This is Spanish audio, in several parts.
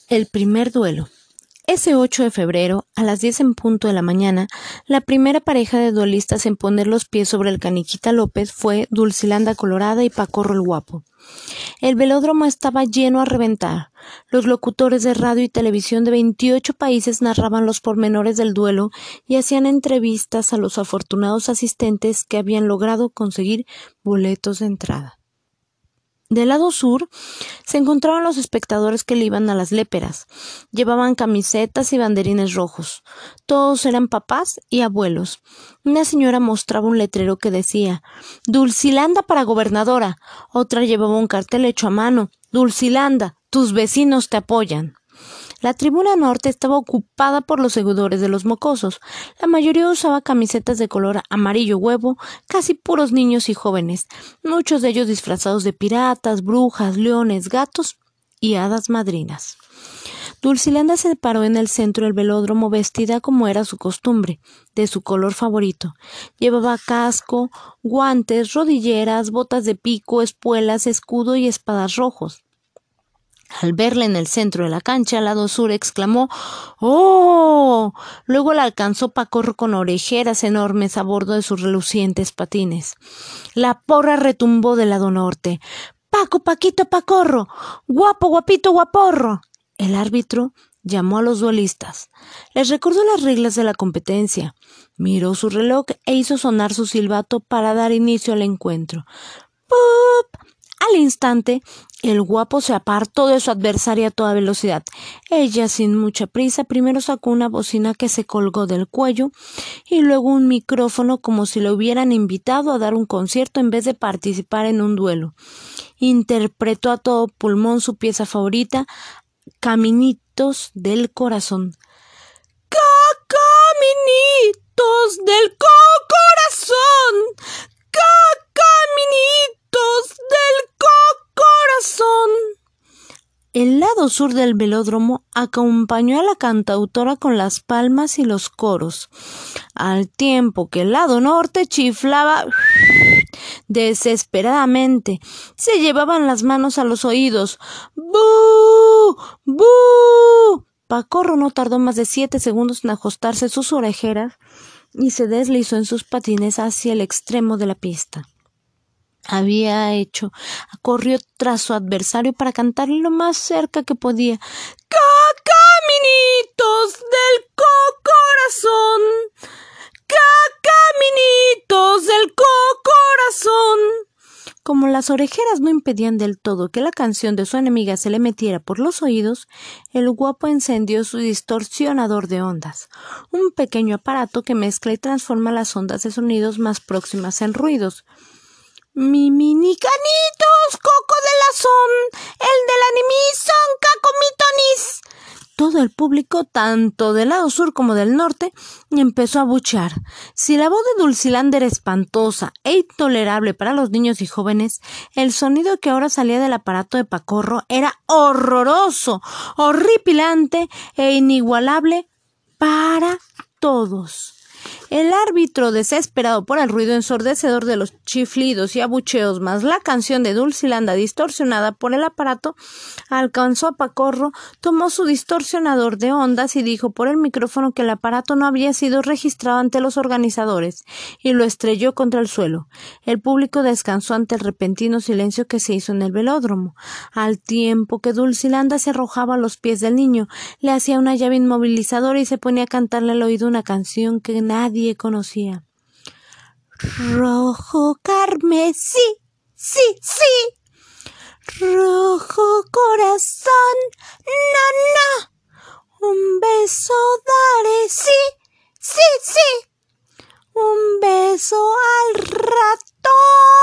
El primer duelo. Ese 8 de febrero, a las 10 en punto de la mañana, la primera pareja de duelistas en poner los pies sobre el Caniquita López fue Dulcilanda Colorada y Pacorro el Guapo. El velódromo estaba lleno a reventar. Los locutores de radio y televisión de 28 países narraban los pormenores del duelo y hacían entrevistas a los afortunados asistentes que habían logrado conseguir boletos de entrada. Del lado sur se encontraban los espectadores que le iban a las léperas. Llevaban camisetas y banderines rojos. Todos eran papás y abuelos. Una señora mostraba un letrero que decía «Dulcilanda para gobernadora». Otra llevaba un cartel hecho a mano «Dulcilanda, tus vecinos te apoyan». La tribuna norte estaba ocupada por los seguidores de los mocosos. La mayoría usaba camisetas de color amarillo huevo, casi puros niños y jóvenes, muchos de ellos disfrazados de piratas, brujas, leones, gatos y hadas madrinas. Dulcilanda se paró en el centro del velódromo vestida como era su costumbre, de su color favorito. Llevaba casco, guantes, rodilleras, botas de pico, espuelas, escudo y espadas rojos. Al verla en el centro de la cancha, al lado sur, exclamó «¡Oh!». Luego la alcanzó Pacorro con orejeras enormes a bordo de sus relucientes patines. La porra retumbó del lado norte. «¡Paco, Paquito, Pacorro! ¡Guapo, guapito, guaporro!». El árbitro llamó a los duelistas. Les recordó las reglas de la competencia. Miró su reloj e hizo sonar su silbato para dar inicio al encuentro. ¡Pup! Al instante, el guapo se apartó de su adversaria a toda velocidad. Ella, sin mucha prisa, primero sacó una bocina que se colgó del cuello y luego un micrófono como si lo hubieran invitado a dar un concierto en vez de participar en un duelo. Interpretó a todo pulmón su pieza favorita, Caminitos del Corazón. ¡Caminitos del corazón! ¡Caminitos del corazón! El lado sur del velódromo acompañó a la cantautora con las palmas y los coros, al tiempo que el lado norte chiflaba desesperadamente. Se llevaban las manos a los oídos. ¡Bú! ¡Bú! Pacorro no tardó más de 7 segundos en ajustarse sus orejeras y se deslizó en sus patines hacia el extremo de la pista. Corrió tras su adversario para cantarle lo más cerca que podía. ¡Caminitos del corazón! ¡Caminitos del corazón! Como las orejeras no impedían del todo que la canción de su enemiga se le metiera por los oídos, el guapo encendió su distorsionador de ondas, un pequeño aparato que mezcla y transforma las ondas de sonidos más próximas en ruidos. Mi mini canitos, coco de la son, el del anime son cacomitonis. Todo el público, tanto del lado sur como del norte, empezó a buchear. Si la voz de Dulcilanda era espantosa e intolerable para los niños y jóvenes, el sonido que ahora salía del aparato de Pacorro era horroroso, horripilante e inigualable para todos. El árbitro, desesperado por el ruido ensordecedor de los chiflidos y abucheos más la canción de Dulcilanda distorsionada por el aparato, alcanzó a Pacorro, tomó su distorsionador de ondas y dijo por el micrófono que el aparato no había sido registrado ante los organizadores y lo estrelló contra el suelo. El público descansó ante el repentino silencio que se hizo en el velódromo, al tiempo que Dulcilanda se arrojaba a los pies del niño, le hacía una llave inmovilizadora y se ponía a cantarle al oído una canción que nadie conocía. Rojo carmesí, sí, sí. Rojo corazón, no, no. Un beso daré, sí, sí, sí. Un beso al ratón,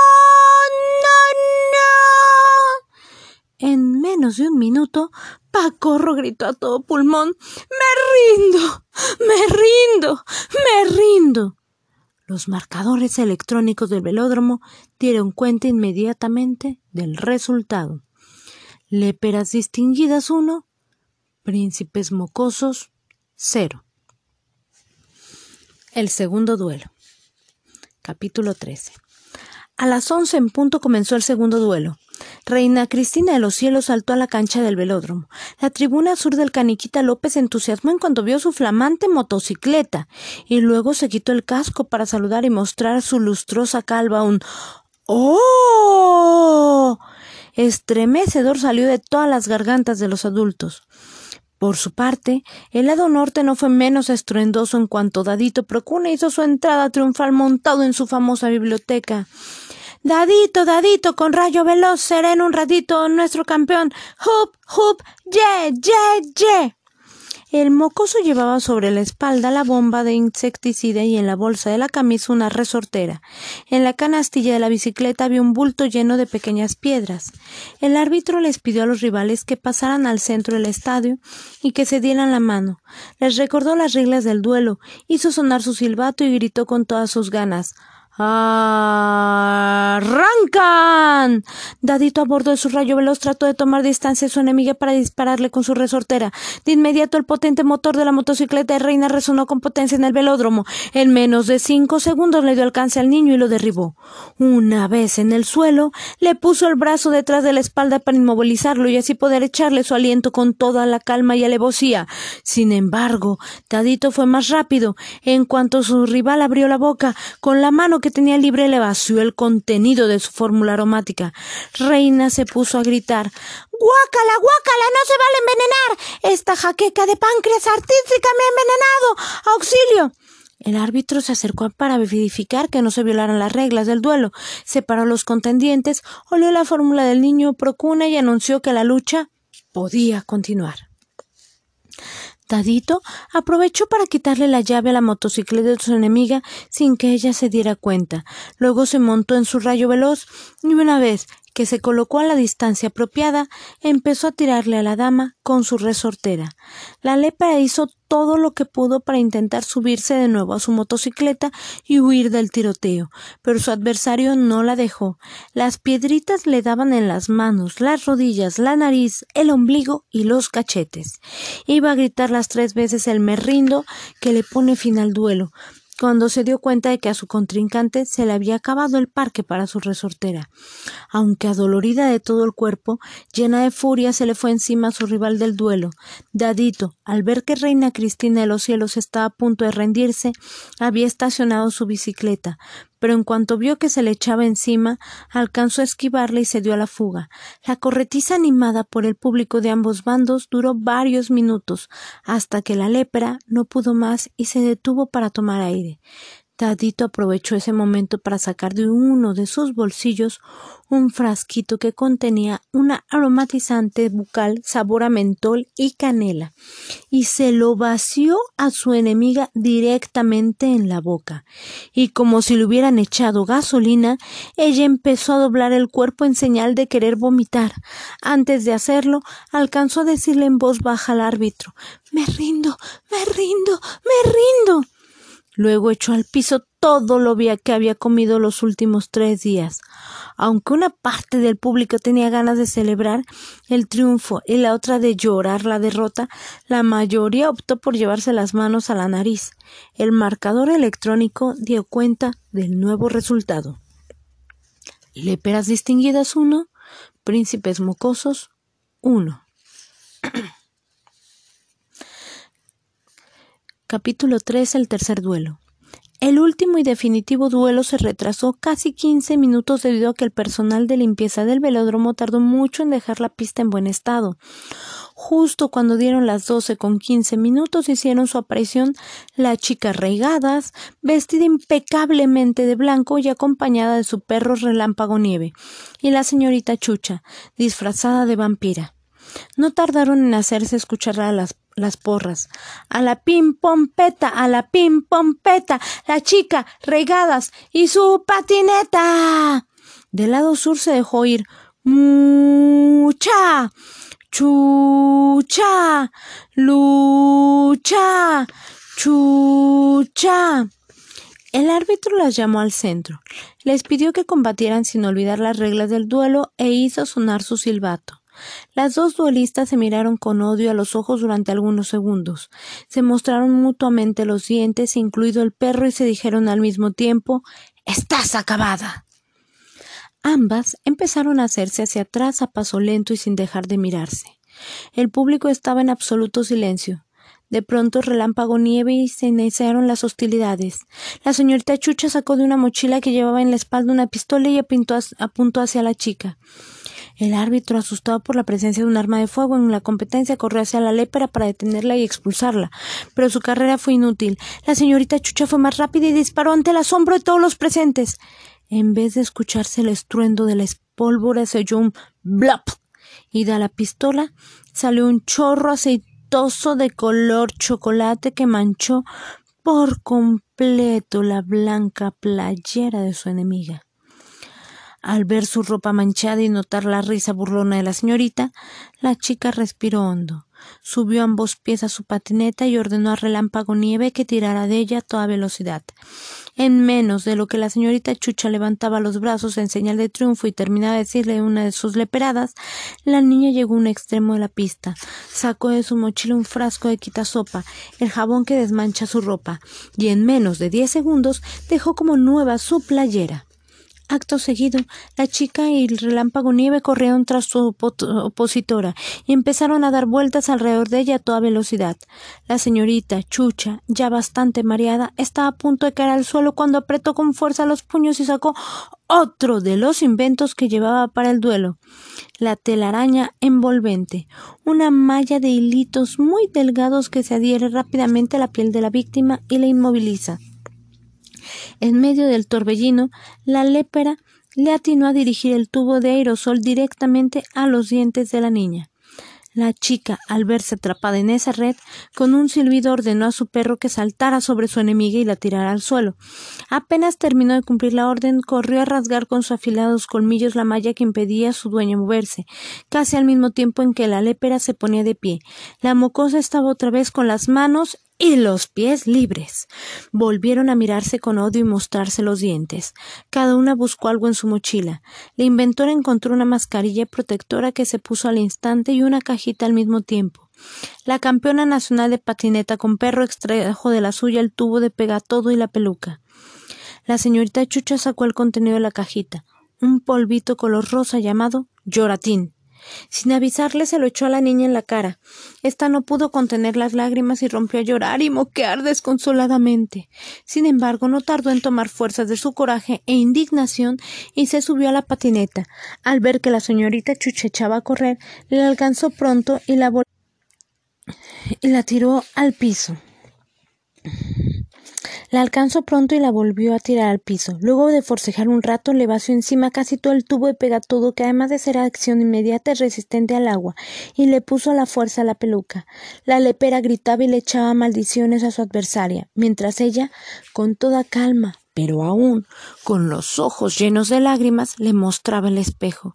no, no. En menos de un minuto, Pacorro gritó a todo pulmón: ¡Me rindo! ¡Me rindo! ¡Me rindo! Los marcadores electrónicos del velódromo dieron cuenta inmediatamente del resultado. Léperas distinguidas 1, príncipes mocosos 0. El segundo duelo. Capítulo 13. A las 11 en punto comenzó el segundo duelo. Reina Cristina de los Cielos saltó a la cancha del velódromo. La tribuna sur del Caniquita López se entusiasmó en cuanto vio su flamante motocicleta y luego se quitó el casco para saludar y mostrar a su lustrosa calva un ¡oh! Estremecedor salió de todas las gargantas de los adultos. Por su parte, el lado norte no fue menos estruendoso en cuanto Dadito Procuna hizo su entrada triunfal montado en su famosa biblioteca. Dadito, Dadito, con rayo veloz, será en un ratito nuestro campeón. ¡Hup, hup, ye, ye, ye! El mocoso llevaba sobre la espalda la bomba de insecticida y en la bolsa de la camisa una resortera. En la canastilla de la bicicleta había un bulto lleno de pequeñas piedras. El árbitro les pidió a los rivales que pasaran al centro del estadio y que se dieran la mano. Les recordó las reglas del duelo, hizo sonar su silbato y gritó con todas sus ganas: ¡arrancan! Dadito a bordo de su rayo veloz trató de tomar distancia de su enemiga para dispararle con su resortera. De inmediato el potente motor de la motocicleta de Reina resonó con potencia en el velódromo. En menos de 5 segundos le dio alcance al niño y lo derribó. Una vez en el suelo, le puso el brazo detrás de la espalda para inmovilizarlo y así poder echarle su aliento con toda la calma y alevosía. Sin embargo, Dadito fue más rápido. En cuanto su rival abrió la boca, con la mano que tenía libre le vació el contenido de su fórmula aromática. Reina se puso a gritar: ¡guácala, guácala! ¡No se vale envenenar! ¡Esta jaqueca de páncreas artística me ha envenenado! ¡Auxilio! El árbitro se acercó para verificar que no se violaran las reglas del duelo, separó a los contendientes, olió la fórmula del niño Procuna y anunció que la lucha podía continuar. Dadito aprovechó para quitarle la llave a la motocicleta de su enemiga sin que ella se diera cuenta. Luego se montó en su rayo veloz y una vez que se colocó a la distancia apropiada, empezó a tirarle a la dama con su resortera. La lepra hizo todo lo que pudo para intentar subirse de nuevo a su motocicleta y huir del tiroteo, pero su adversario no la dejó. Las piedritas le daban en las manos, las rodillas, la nariz, el ombligo y los cachetes. Iba a gritar las 3 veces el me rindo que le pone fin al duelo, cuando se dio cuenta de que a su contrincante se le había acabado el parque para su resortera. Aunque adolorida de todo el cuerpo, llena de furia, se le fue encima a su rival del duelo. Dadito, al ver que Reina Cristina de los Cielos estaba a punto de rendirse, había estacionado su bicicleta, pero en cuanto vio que se le echaba encima, alcanzó a esquivarle y se dio a la fuga. La corretiza animada por el público de ambos bandos duró varios minutos, hasta que la lepra no pudo más y se detuvo para tomar aire. Dadito aprovechó ese momento para sacar de uno de sus bolsillos un frasquito que contenía una aromatizante bucal sabor a mentol y canela, y se lo vació a su enemiga directamente en la boca. Y como si le hubieran echado gasolina, ella empezó a doblar el cuerpo en señal de querer vomitar. Antes de hacerlo, alcanzó a decirle en voz baja al árbitro: «Me rindo, me rindo, me rindo». Luego echó al piso todo lo que había comido los últimos 3 días. Aunque una parte del público tenía ganas de celebrar el triunfo y la otra de llorar la derrota, la mayoría optó por llevarse las manos a la nariz. El marcador electrónico dio cuenta del nuevo resultado. Léperas distinguidas 1, príncipes mocosos 1. Capítulo 3. El tercer duelo. El último y definitivo duelo se retrasó casi 15 minutos debido a que el personal de limpieza del velódromo tardó mucho en dejar la pista en buen estado. Justo cuando dieron las 12:15 hicieron su aparición la chica Reigadas, vestida impecablemente de blanco y acompañada de su perro Relámpago Nieve, y la señorita Chucha, disfrazada de vampira. No tardaron en hacerse escuchar a las porras. «A la pim-pompeta, a la pim-pompeta, la chica Reigadas y su patineta». Del lado sur se dejó oír «mucha, chucha, lucha, chucha». El árbitro las llamó al centro, les pidió que combatieran sin olvidar las reglas del duelo e hizo sonar su silbato. Las dos duelistas se miraron con odio a los ojos durante algunos segundos. Se mostraron mutuamente los dientes, incluido el perro, y se dijeron al mismo tiempo: «¡Estás acabada!». Ambas empezaron a hacerse hacia atrás a paso lento y sin dejar de mirarse. El público estaba en absoluto silencio. De pronto relámpago nieve y se iniciaron las hostilidades. La señorita Chucha sacó de una mochila que llevaba en la espalda una pistola y apuntó hacia la chica. El árbitro, asustado por la presencia de un arma de fuego en la competencia, corrió hacia la lépera para detenerla y expulsarla, pero su carrera fue inútil. La señorita Chucha fue más rápida y disparó ante el asombro de todos los presentes. En vez de escucharse el estruendo de la pólvora, se oyó un blop, y de la pistola salió un chorro aceitoso de color chocolate que manchó por completo la blanca playera de su enemiga. Al ver su ropa manchada y notar la risa burlona de la señorita, la chica respiró hondo. Subió ambos pies a su patineta y ordenó a Relámpago Nieve que tirara de ella a toda velocidad. En menos de lo que la señorita Chucha levantaba los brazos en señal de triunfo y terminaba de decirle una de sus leperadas, la niña llegó a un extremo de la pista. Sacó de su mochila un frasco de quitasopa, el jabón que desmancha su ropa, y en menos de 10 segundos dejó como nueva su playera. Acto seguido, la chica y el Relámpago Nieve corrieron tras su opositora y empezaron a dar vueltas alrededor de ella a toda velocidad. La señorita Chucha, ya bastante mareada, estaba a punto de caer al suelo cuando apretó con fuerza los puños y sacó otro de los inventos que llevaba para el duelo: la telaraña envolvente, una malla de hilitos muy delgados que se adhiere rápidamente a la piel de la víctima y la inmoviliza. En medio del torbellino, la lépera le atinó a dirigir el tubo de aerosol directamente a los dientes de la niña. La chica, al verse atrapada en esa red, con un silbido ordenó a su perro que saltara sobre su enemiga y la tirara al suelo. Apenas terminó de cumplir la orden, corrió a rasgar con sus afilados colmillos la malla que impedía a su dueño moverse, casi al mismo tiempo en que la lépera se ponía de pie. La mocosa estaba otra vez con las manos y los pies libres. Volvieron a mirarse con odio y mostrarse los dientes. Cada una buscó algo en su mochila. La inventora encontró una mascarilla protectora que se puso al instante y una cajita al mismo tiempo. La campeona nacional de patineta con perro extrajo de la suya el tubo de pegatodo y la peluca. La señorita Chucha sacó el contenido de la cajita, un polvito color rosa llamado Lloratín. Sin avisarle, se lo echó a la niña en la cara. Esta no pudo contener las lágrimas y rompió a llorar y moquear desconsoladamente. Sin embargo, no tardó en tomar fuerzas de su coraje e indignación y se subió a la patineta. Al ver que la señorita Chucha echaba a correr, le alcanzó pronto y la tiró al piso. La alcanzó pronto y la volvió a tirar al piso. Luego de forcejar un rato, le vació encima casi todo el tubo de pegatodo, que además de ser a acción inmediata es resistente al agua, y le puso a la fuerza la peluca. La lepera gritaba y le echaba maldiciones a su adversaria, mientras ella, con toda calma, pero aún con los ojos llenos de lágrimas, le mostraba el espejo.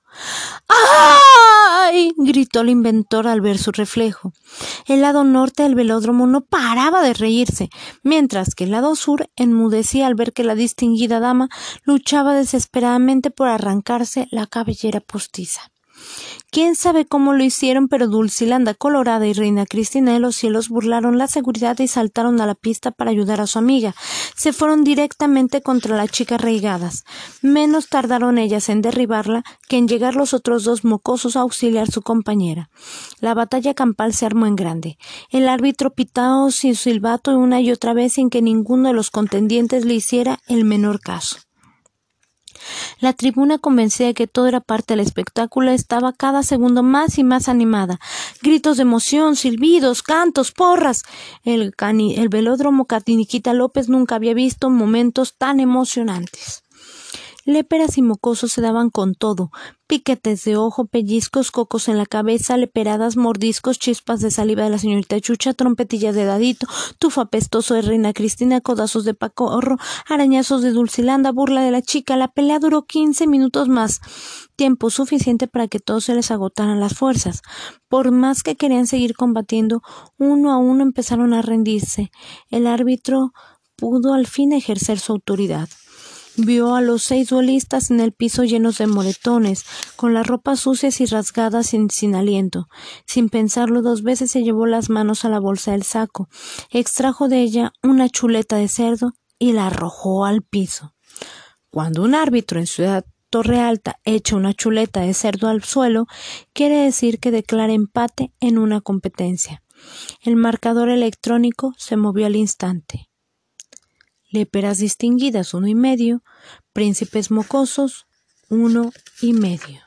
¡Ay! Gritó la inventora al ver su reflejo. El lado norte del velódromo no paraba de reírse, mientras que el lado sur enmudecía al ver que la distinguida dama luchaba desesperadamente por arrancarse la cabellera postiza. Quién sabe cómo lo hicieron, pero Dulcilanda Colorada y Reina Cristina de los Cielos burlaron la seguridad y saltaron a la pista para ayudar a su amiga. Se fueron directamente contra la chica Reigadas. Menos tardaron ellas en derribarla que en llegar los otros dos mocosos a auxiliar a su compañera. La batalla campal se armó en grande. El árbitro pitó sin silbato una y otra vez sin que ninguno de los contendientes le hiciera el menor caso. La tribuna, convencida de que todo era parte del espectáculo, estaba cada segundo más y más animada. Gritos de emoción, silbidos, cantos, porras. El velódromo Niquita López nunca había visto momentos tan emocionantes. Léperas y mocosos se daban con todo: piquetes de ojo, pellizcos, cocos en la cabeza, leperadas, mordiscos, chispas de saliva de la señorita Chucha, trompetillas de Dadito, tufo apestoso de Reina Cristina, codazos de Pacorro, arañazos de Dulcilanda, burla de la chica. La pelea duró 15 minutos más, tiempo suficiente para que todos se les agotaran las fuerzas. Por más que querían seguir combatiendo, uno a uno empezaron a rendirse. El árbitro pudo al fin ejercer su autoridad. Vio a los 6 duelistas en el piso llenos de moretones, con las ropas sucias y rasgadas sin aliento. Sin pensarlo 2 veces, se llevó las manos a la bolsa del saco, extrajo de ella una chuleta de cerdo y la arrojó al piso. Cuando un árbitro en ciudad Torre Alta echa una chuleta de cerdo al suelo, quiere decir que declara empate en una competencia. El marcador electrónico se movió al instante. Léperas distinguidas 1,5, príncipes mocosos 1,5.